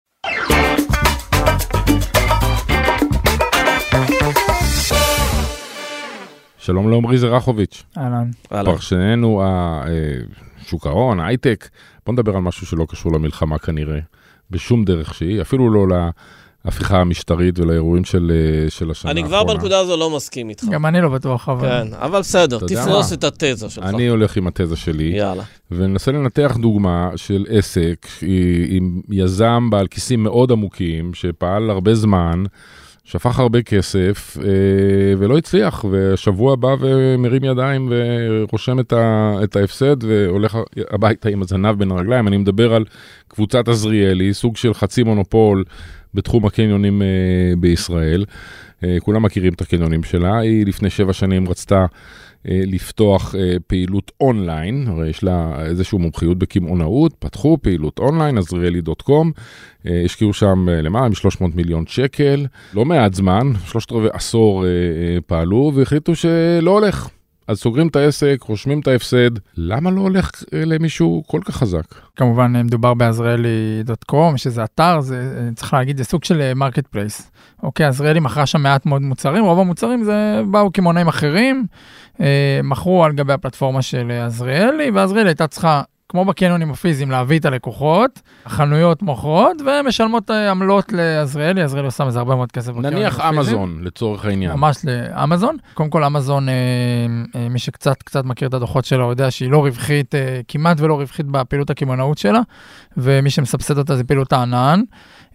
A: שלום לעומרי זרחוביץ'.
E: אהלן.
A: פרשננו השוק ההון, ההייטק, בוא נדבר על משהו שלא קשור למלחמה כנראה, בשום דרך שהיא, אפילו לא להפיכה המשטרית ולאירועים של, של השנה
B: אני
A: האחרונה.
B: כבר בנקודה הזו לא מסכים איתך.
E: גם אני לא בטוח, אבל...
B: כן, אבל בסדר, תפרוס את התזה שלך.
A: אני הולך עם התזה שלי,
B: יאללה.
A: וננסה לנתח דוגמה של עסק עם יזם בעל כיסים מאוד עמוקים, שפעל הרבה זמן, שפך הרבה כסף, ולא הצליח, והשבוע בא ומרים ידיים ורושם את ההפסד, והולך הביתה עם הזנב בין הרגליים. אני מדבר על קבוצת עזריאלי, סוג של חצי מונופול בתחום הקניונים בישראל. כולם מכירים את הקניונים שלה. היא לפני שבע שנים רצתה לפתוח פעילות אונליין, הרי יש לה איזושהי מומחיות בקמעונאות, פתחו פעילות אונליין, עזריאלי דוט קום, השקיעו שם למעלה מ-שלוש מאות מיליון שקל, לא מעט זמן, שלושת רבעי עשור פעלו, והחליטו שלא הולך. אז סוגרים את העסק, רושמים את ההפסד, למה לא הולך למישהו כל כך חזק?
E: כמובן, מדובר בעזריאלי דוט קום, שזה אתר, זה, צריך להגיד, זה סוג של מרקט פלייס. אוקיי, עזריאלי מכרה שם מעט מאוד מוצרים, רוב המוצרים זה באו כמונאים אחרים, מכרו על גבי הפלטפורמה של עזריאלי, ועזריאלי הייתה צריכה, כמו בקניונים הפיזיים, להביא את הלקוחות, החנויות מוכרות, ומשלמות עמלות לעזריאלי, עזריאלי עושה מזה הרבה מאוד כסף.
A: נניח אמזון, לצורך העניין.
E: ממש לאמזון. קודם כל, אמזון, מי שקצת קצת מכיר את הדוחות שלה, יודע שהיא לא רווחית, כמעט ולא רווחית בפעילות הקמעונאות שלה, ומי שמסבסד אותה זה פעילות הענן.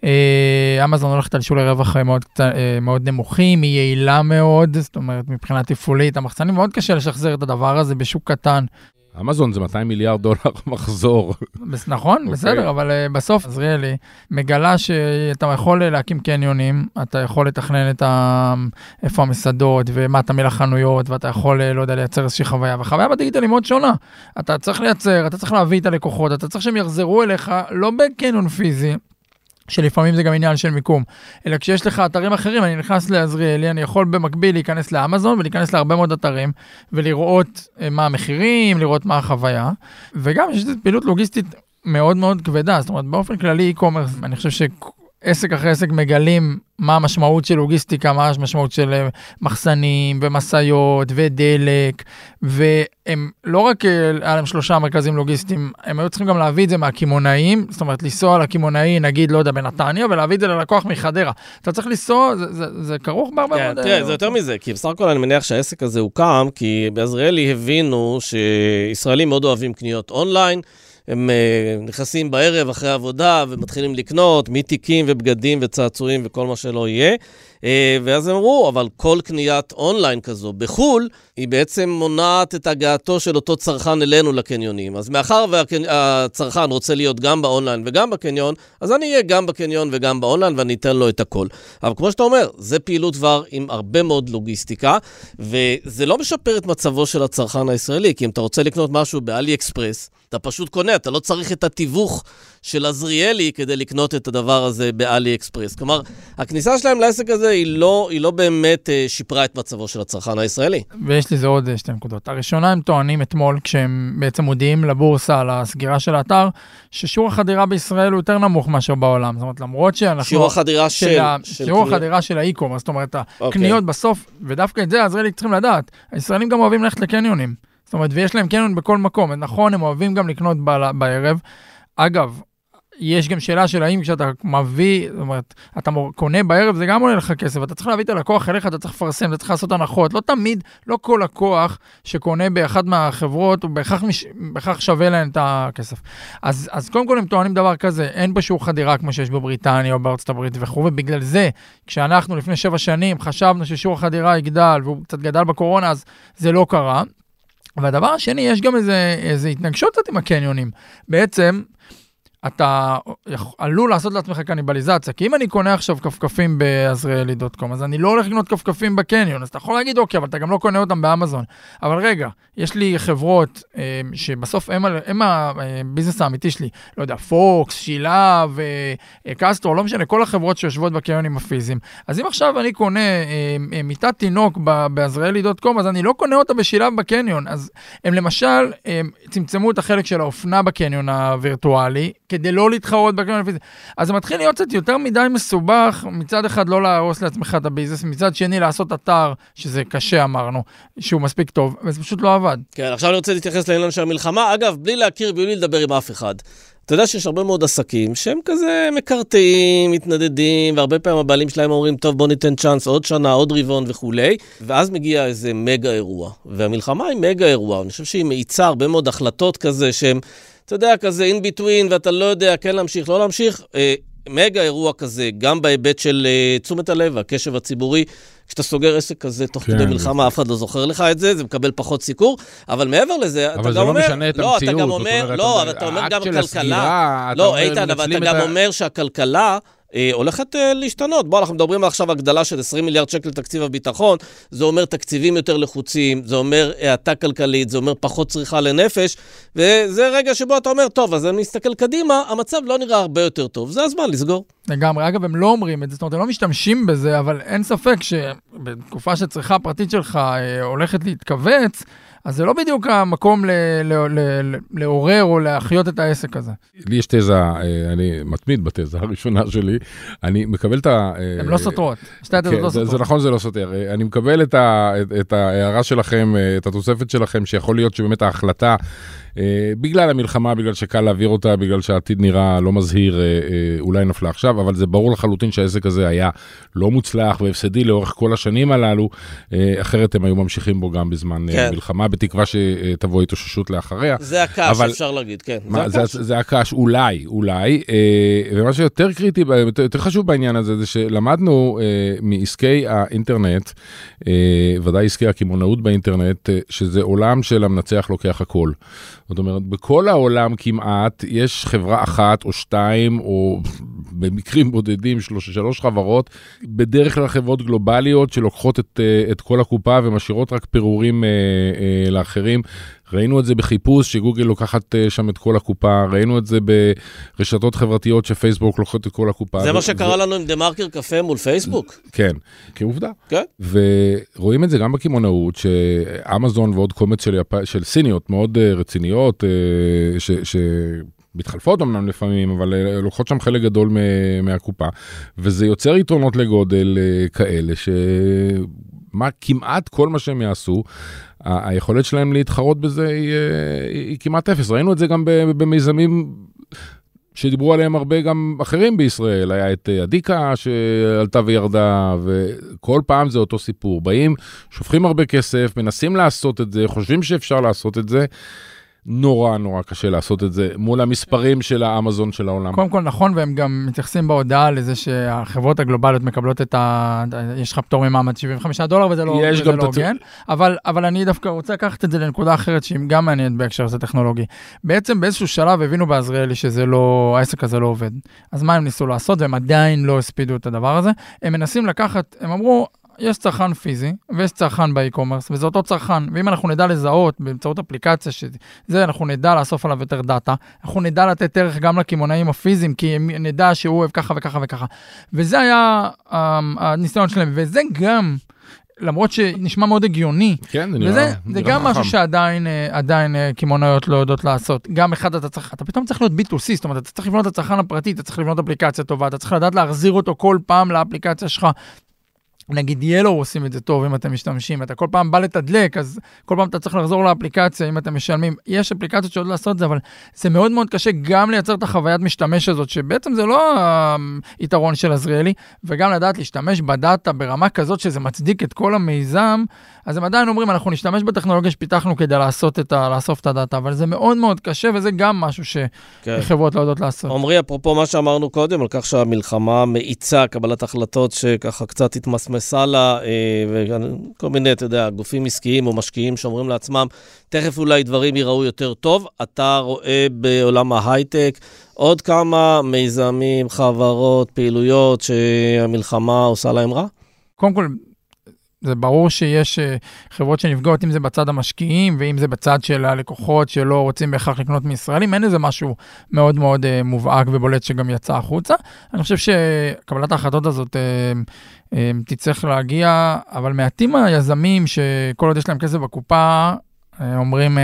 E: אמזון הולכת על שולי רווח מאוד, מאוד נמוכים, היא יעילה מאוד, זאת אומרת, מבחינה תפעולית, המחסנים מאוד קשה לשחזר את הדבר הזה בשוק קטן.
A: אמזון זה מאתיים מיליארד דולר מחזור.
E: נכון, בסדר, אבל בסוף עזריאלי מגלה שאתה יכול להקים קניונים, אתה יכול לתכנן את איפה המסעדות ומה תמיל החנויות, ואתה יכול, לא יודע, לייצר איזושהי חוויה, וחוויה בדיגיטל היא מאוד שונה. אתה צריך לייצר, אתה צריך להביא את הלקוחות, אתה צריך שהם יחזרו אליך, לא בקניון פיזי, שלפעמים זה גם עניין של מיקום, אלא כשיש לך אתרים אחרים, אני נכנס לעזריאלי, אני יכול במקביל להיכנס לאמזון, ולהיכנס להרבה מאוד אתרים, ולראות מה המחירים, לראות מה החוויה, וגם יש פעילות לוגיסטית מאוד מאוד כבדה, זאת אומרת, באופן כללי e-commerce, אני חושב שעסק אחרי עסק מגלים מה המשמעות של לוגיסטיקה, מה המשמעות של מחסנים ומסעיות ודלק, והם לא רק היה להם שלושה מרכזים לוגיסטיים, הם היו צריכים גם להביא את זה מהכימונאים, זאת אומרת, לנסוע לכימונאי, נגיד, לא יודע, בנתניה, ולהביא את זה ללקוח מחדרה. אתה צריך לנסוע, זה, זה, זה כרוך בהרבה
B: כן,
E: מאוד...
B: תראה, זה יותר מזה, כי בסך הכל אני מניח שהעסק הזה הוקם, כי בעזריאלי הבינו שישראלים מאוד אוהבים קניות אונליין, הם נכנסים בערב אחרי עבודה ומתחילים לקנות מתיקים ובגדים וצעצועים וכל מה שלא יהיה. ואז הם אמרו, אבל כל קניית אונליין כזו בחול, היא בעצם מונעת את הגעתו של אותו צרכן אלינו לקניונים. אז מאחר והצרכן רוצה להיות גם באונליין וגם בקניון, אז אני אהיה גם בקניון וגם באונליין ואני אתן לו את הכל. אבל כמו שאתה אומר, זה פעילות דבר עם הרבה מאוד לוגיסטיקה, וזה לא משפר את מצבו של הצרכן הישראלי, כי אם אתה רוצה לקנות משהו באלי אקספרס, אתה פשוט קונה, אתה לא צריך את התיווך של עזריאלי כדי לקנות את הדבר הזה באלי אקספרס. כלומר, הכניסה שלהם לעסק הזה היא לא, היא לא באמת שיפרה את מצבו של הצרכן הישראלי.
E: ויש לזה עוד שתי נקודות. הראשונה, הם טוענים אתמול, כשהם בעצם מודיעים לבורסה על הסגירה של האתר, ששיעור החדירה בישראל הוא יותר נמוך מאשר בעולם. זאת אומרת, למרות שאנחנו...
B: שיעור החדירה של... של,
E: של שיעור החדירה של האי-קומרס, זאת אומרת, הקניות okay. בסוף, ודווקא את זה, הישראלים צריכים לדעת. הישראלים גם אוהבים ללכת לקניונים. זאת אומרת, ויש להם קניון בכל מקום. נכון, הם אוהבים גם לקנות ב- בערב. אגב, יש גם שאלה של האם כשאתה מביא, זאת אומרת, אתה קונה בערב, זה גם עולה לך כסף, אתה צריך להביא את הלקוח אליך, אתה צריך לפרסם, אתה צריך לעשות הנחות, לא תמיד, לא כל לקוח שקונה באחת מהחברות, הוא בהכרח, מש... בהכרח שווה להם את הכסף. אז, אז קודם כל הם טוענים דבר כזה, אין בשיעור חדירה כמו שיש בבריטניה או בארצות הברית וכו', ובגלל זה, כשאנחנו לפני שבע שנים חשבנו ששיעור החדירה יגדל, והוא קצת גדל בקורונה, אז זה לא קרה. והדבר השני, יש גם איזה, איזה התנגשות קצת עם הקניונים. בעצם, אתה עלול לעשות לעצמך קניבליזציה, כי אם אני קונה עכשיו כפכפים בעזריאלי דוט קום, אז אני לא הולך לקנות כפכפים בקניון, אז אתה יכול להגיד, אוקיי, אבל אתה גם לא קונה אותם באמזון. אבל רגע, יש לי חברות אה, שבסוף הם, הם הביזנס האמיתי שלי, לא יודע, פוקס, שילה וקסטרו, לא משנה, כל החברות שיושבות בקניונים הפיזיים. אז אם עכשיו אני קונה אה, אה, מיטת תינוק בעזריאלי דוט קום, אז אני לא קונה אותה בשילה בקניון. אז הם למשל אה, צמצמו את החלק של האופנה בקניון הווירטואלי, כדי לא להתחרות בקניון הפיזי. אז זה מתחיל להיות קצת יותר מדי מסובך, מצד אחד לא להרוס לעצמך את הביזנס, מצד שני לעשות אתר, שזה קשה אמרנו, שהוא מספיק טוב, וזה פשוט לא עבד.
B: כן, עכשיו אני רוצה להתייחס לעניין של המלחמה, אגב, בלי להכיר, בלי לדבר עם אף אחד. אתה יודע שיש הרבה מאוד עסקים שהם כזה מקרטעים, מתנדדים, והרבה פעמים הבעלים שלהם אומרים, טוב, בוא ניתן צ'אנס עוד שנה, עוד רבעון וכולי, ואז מגיע איזה מגה אירוע. והמלחמה היא מגה אירוע, אני חושב שהיא מאיצה הרבה מאוד החלטות כזה שהם אתה יודע, כזה in between, ואתה לא יודע, כן להמשיך, לא להמשיך, אה, מגה אירוע כזה, גם בהיבט של אה, תשומת הלב, הקשב הציבורי, כשאתה סוגר עסק כזה תוך כן, כדי מלחמה, זה... אף אחד לא זוכר לך את זה, זה מקבל פחות סיקור, אבל מעבר לזה, אתה גם
A: לא
B: אומר...
A: משנה את
B: לא,
A: המציאות,
B: אתה גם אומר,
A: אומרת,
B: לא, אבל אתה אומר גם הכלכלה, לא, איתן, אבל אתה גם ה... אומר שהכלכלה, אה, הולכת אה, להשתנות. בוא, אנחנו מדברים עכשיו הגדלה של עשרים מיליארד שקל תקציב הביטחון, זה אומר תקציבים יותר לחוצים, זה אומר האטה כלכלית, זה אומר פחות צריכה לנפש, וזה רגע שבו אתה אומר, טוב, אז אני מסתכל קדימה, המצב לא נראה הרבה יותר טוב, זה הזמן לסגור.
E: לגמרי, אגב, הם לא אומרים את זה, זאת אומרת, הם לא משתמשים בזה, אבל אין ספק שבתקופה שצריכה הפרטית שלך אה, הולכת להתכווץ, אז זה לא בדיוק המקום לעורר או להחיות את העסק הזה.
A: לי יש תזה, אני מתמיד בתזה הראשונה שלי, אני מקבל את ה...
E: הן לא סותרות, שתי התזות לא סותרות.
A: זה נכון, זה לא סותר. אני מקבל את ההערה שלכם, את התוספת שלכם, שיכול להיות שבאמת ההחלטה, בגלל המלחמה, בגלל שקל להעביר אותה, בגלל שהעתיד נראה לא מזהיר, אולי נפלה עכשיו, אבל זה ברור לחלוטין שהעסק הזה היה לא מוצלח והפסדי לאורך כל השנים הללו, אחרת הם היו ממשיכים בו גם בזמן מלחמה, בתקווה שתבוא התאוששות לאחריה.
B: זה הקש, אפשר להגיד, כן.
A: זה הקש, אולי, אולי, ומה שיותר קריטי, יותר חשוב בעניין הזה, זה שלמדנו מעסקי האינטרנט, ודאי עסקי הקמעונאות באינטרנט, שזה עולם של המנצח לוקח הכל. זאת אומרת, בכל העולם כמעט יש חברה אחת או שתיים, או במקרים בודדים שלוש, שלוש חברות, בדרך כלל חברות גלובליות שלוקחות את, את כל הקופה ומשאירות רק פירורים אה, אה, לאחרים. ראינו את זה בחיפוש שגוגל לוקחת שם את כל הקופה, ראינו את זה ברשתות חברתיות שפייסבוק לוקחות את כל הקופה.
B: זה מה שקרה לנו עם דה-מרקר קפה מול פייסבוק.
A: כן, כעובדה.
B: כן.
A: ורואים את זה גם בקמעונאות, שאמזון ועוד קומץ של, של סיניות מאוד רציניות, ש... ש... מתחלפות אמנם לפעמים, אבל לוקחות שם חלק גדול מהקופה, וזה יוצר יתרונות לגודל כאלה, שמה, כמעט כל מה שהם יעשו, היכולת שלהם להתחרות בזה היא, היא כמעט אפס. ראינו את זה גם במיזמים שדיברו עליהם הרבה גם אחרים בישראל. היה את אדיקה שעלתה וירדה, וכל פעם זה אותו סיפור. באים, שופכים הרבה כסף, מנסים לעשות את זה, חושבים שאפשר לעשות את זה, נורא נורא קשה לעשות את זה מול המספרים של האמזון של העולם.
E: קודם כל נכון, והם גם מתייחסים בהודעה לזה שהחברות הגלובליות מקבלות את ה... יש לך פטור ממע"מ עד שבעים וחמישה דולר, וזה לא הוגן. אבל, אבל אני דווקא רוצה לקחת את זה לנקודה אחרת, שהיא גם מעניינת בהקשר הזה טכנולוגי. בעצם באיזשהו שלב הבינו בעזריאלי שזה לא... העסק הזה לא עובד. אז מה הם ניסו לעשות? והם עדיין לא הספידו את הדבר הזה. הם מנסים לקחת, הם אמרו, יש צרכן פיזי, ויש צרכן באי-קומרס, וזה אותו צרכן, ואם אנחנו נדע לזהות באמצעות אפליקציה, שזה אנחנו נדע לאסוף עליו יותר דאטה, אנחנו נדע לתת ערך גם לכימונאים הפיזיים, כי נדע שהוא אוהב ככה וככה וככה. וזה היה הניסיון שלהם, וזה גם, למרות שנשמע מאוד הגיוני,
A: כן, זה
E: וזה,
A: נראה,
E: זה
A: נראה
E: גם
A: חכם.
E: משהו שעדיין עדיין קימונאיות לא יודעות לעשות. גם אחד אתה צריך, אתה פתאום צריך להיות בי טו סי, זאת אומרת, אתה צריך לבנות את הצרכן הפרטי, אתה צריך לבנות אפליקציה טובה, אתה צריך לדעת להחזיר אותו כל פעם לאפליקציה שלך. נגיד ילו עושים את זה טוב אם אתם משתמשים, אתה כל פעם בא לתדלק, אז כל פעם אתה צריך לחזור לאפליקציה אם אתם משלמים. יש אפליקציות שיודעות לעשות את זה, אבל זה מאוד מאוד קשה גם לייצר את החוויית משתמש הזאת, שבעצם זה לא היתרון של עזריאלי, וגם לדעת להשתמש בדאטה ברמה כזאת שזה מצדיק את כל המיזם, אז הם עדיין אומרים, אנחנו נשתמש בטכנולוגיה שפיתחנו כדי לעשות את ה, לאסוף את הדאטה, אבל זה מאוד מאוד קשה, וזה גם משהו שחברות לא יודעות לעשות.
B: עמרי, אפרופו מה שאמרנו קודם, על כך שהמלחמה מאיצה קבלת החלטות שככה קצת התמסמסה לה, וכל מיני, אתה יודע, גופים עסקיים או משקיעים שאומרים לעצמם, תכף אולי דברים ייראו יותר טוב, אתה רואה בעולם ההייטק עוד כמה מיזמים, חברות, פעילויות שהמלחמה עושה להם רע?
E: קודם כל, זה ברור שיש חברות שנפגעות, אם זה בצד המשקיעים, ואם זה בצד של הלקוחות שלא רוצים בהכרח לקנות מישראלים, אין איזה משהו מאוד מאוד מובהק ובולט שגם יצא החוצה. אני חושב שקבלת ההחלטות הזאת תצטרך להגיע, אבל מעטים היזמים שכל עוד יש להם כסף בקופה, אומרים,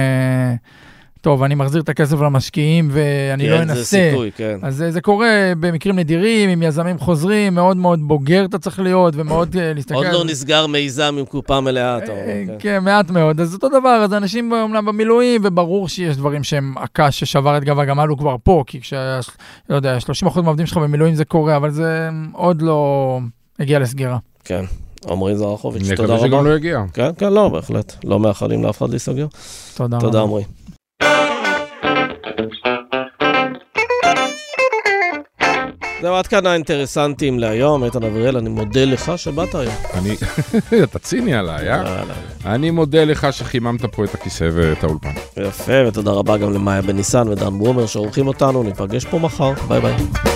E: טוב, אני מחזיר את הכסף למשקיעים ואני לא אנסה.
B: זה סיכוי, כן.
E: אז זה, זה קורה במקרים נדירים, עם יזמים חוזרים, מאוד מאוד בוגר אתה צריך להיות, ומאוד להסתכל.
B: עוד לא נסגר מיזם עם קופה מלאה, אתה אומר.
E: כן, כן, מעט מאוד. אז אותו דבר, אז אנשים אומנם במילואים, וברור שיש דברים שהם הקש ששבר את גב הגמל הוא כבר פה, כי כש, לא יודע, שלושים אחוז מהעובדים שלך במילואים זה קורה, אבל זה עוד לא הגיע לסגירה.
B: כן. עמרי זרחוביץ', תודה רבה.
A: נקווה שגם לא יגיע.
B: כן, כן, לא, בהחלט. לא מאחלים לאף אחד להיסגר.
E: תודה רבה.
B: תודה, עמרי. זהו, עד כאן האינטרסנטים להיום. איתן אבריאל, אני מודה לך שבאת היום.
A: אני, אתה ציני עליי, אה? אני מודה לך שחיממת פה את הכיסא ואת האולפן.
B: יפה, ותודה רבה גם למאיה בניסן ודן ברומר שעורכים אותנו. ניפגש פה מחר. ביי ביי.